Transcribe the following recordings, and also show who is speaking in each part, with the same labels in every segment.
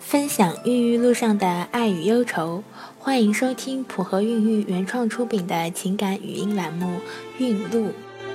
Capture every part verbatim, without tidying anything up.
Speaker 1: 分享孕育路上的爱与忧愁，欢迎收听普和孕育原创出品的情感语音栏目《孕路》。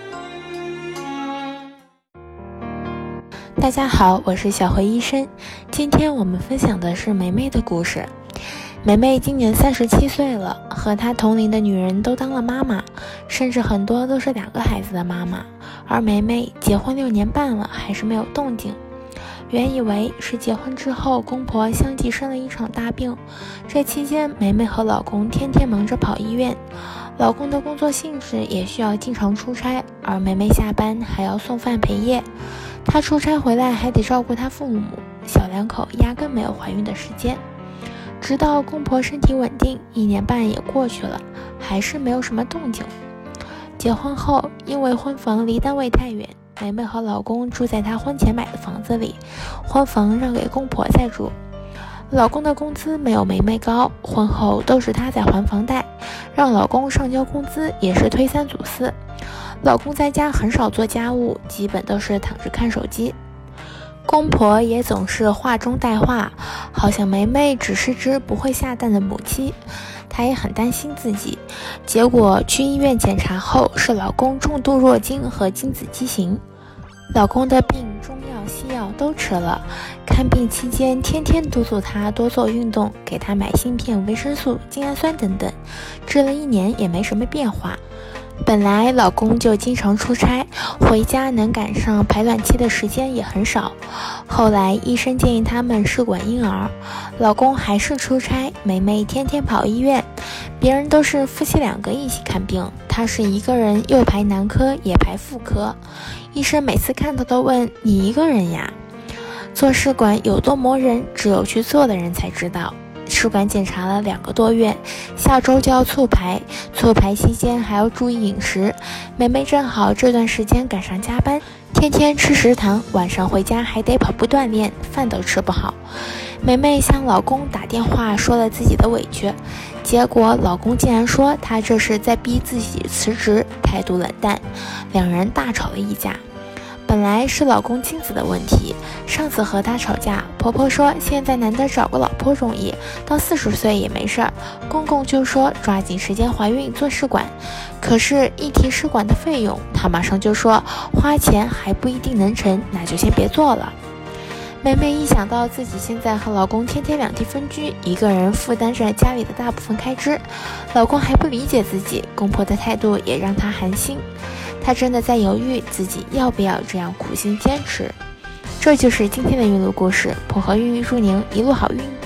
Speaker 1: 大家好，我是小何医生。今天我们分享的是梅梅的故事。梅梅今年三十七岁了，和她同龄的女人都当了妈妈，甚至很多都是两个孩子的妈妈，而梅梅结婚六年半了，还是没有动静。原以为是结婚之后公婆相继生了一场大病，这期间梅梅和老公天天忙着跑医院，老公的工作性质也需要经常出差，而梅梅下班还要送饭陪夜，她出差回来还得照顾她父母，小两口压根没有怀孕的时间。直到公婆身体稳定，一年半也过去了，还是没有什么动静。结婚后，因为婚房离单位太远，梅梅和老公住在她婚前买的房子里，婚房让给公婆在住。老公的工资没有梅梅高，婚后都是她在还房贷，让老公上交工资也是推三阻四。老公在家很少做家务，基本都是躺着看手机。公婆也总是话中带话，好像梅梅只是只不会下蛋的母鸡，她也很担心自己。结果去医院检查后，是老公重度弱精和精子畸形。老公的病中药西药都吃了，看病期间天天督促她多做运动，给她买芯片、维生素、精氨酸等等，治了一年也没什么变化。本来老公就经常出差，回家能赶上排卵期的时间也很少。后来医生建议他们试管婴儿，老公还是出差，梅梅天天跑医院。别人都是夫妻两个一起看病，她是一个人又排男科也排妇科。医生每次看到都问：你一个人呀？做试管有多磨人，只有去做的人才知道。试管检查了两个多月，下周就要促排，促排期间还要注意饮食。梅梅正好这段时间赶上加班，天天吃食堂，晚上回家还得跑步锻炼，饭都吃不好。梅梅向老公打电话说了自己的委屈，结果老公竟然说她这是在逼自己辞职，态度冷淡，两人大吵了一架。本来是老公精子的问题，上次和他吵架，婆婆说现在难得找个老婆容易，到四十岁也没事儿。公公就说抓紧时间怀孕做试管，可是一提试管的费用，他马上就说花钱还不一定能成，那就先别做了。梅梅一想到自己现在和老公天天两地分居，一个人负担着家里的大部分开支，老公还不理解自己，公婆的态度也让她寒心。她真的在犹豫自己要不要这样苦心坚持。这就是今天的孕路故事，普和孕育祝您一路好运。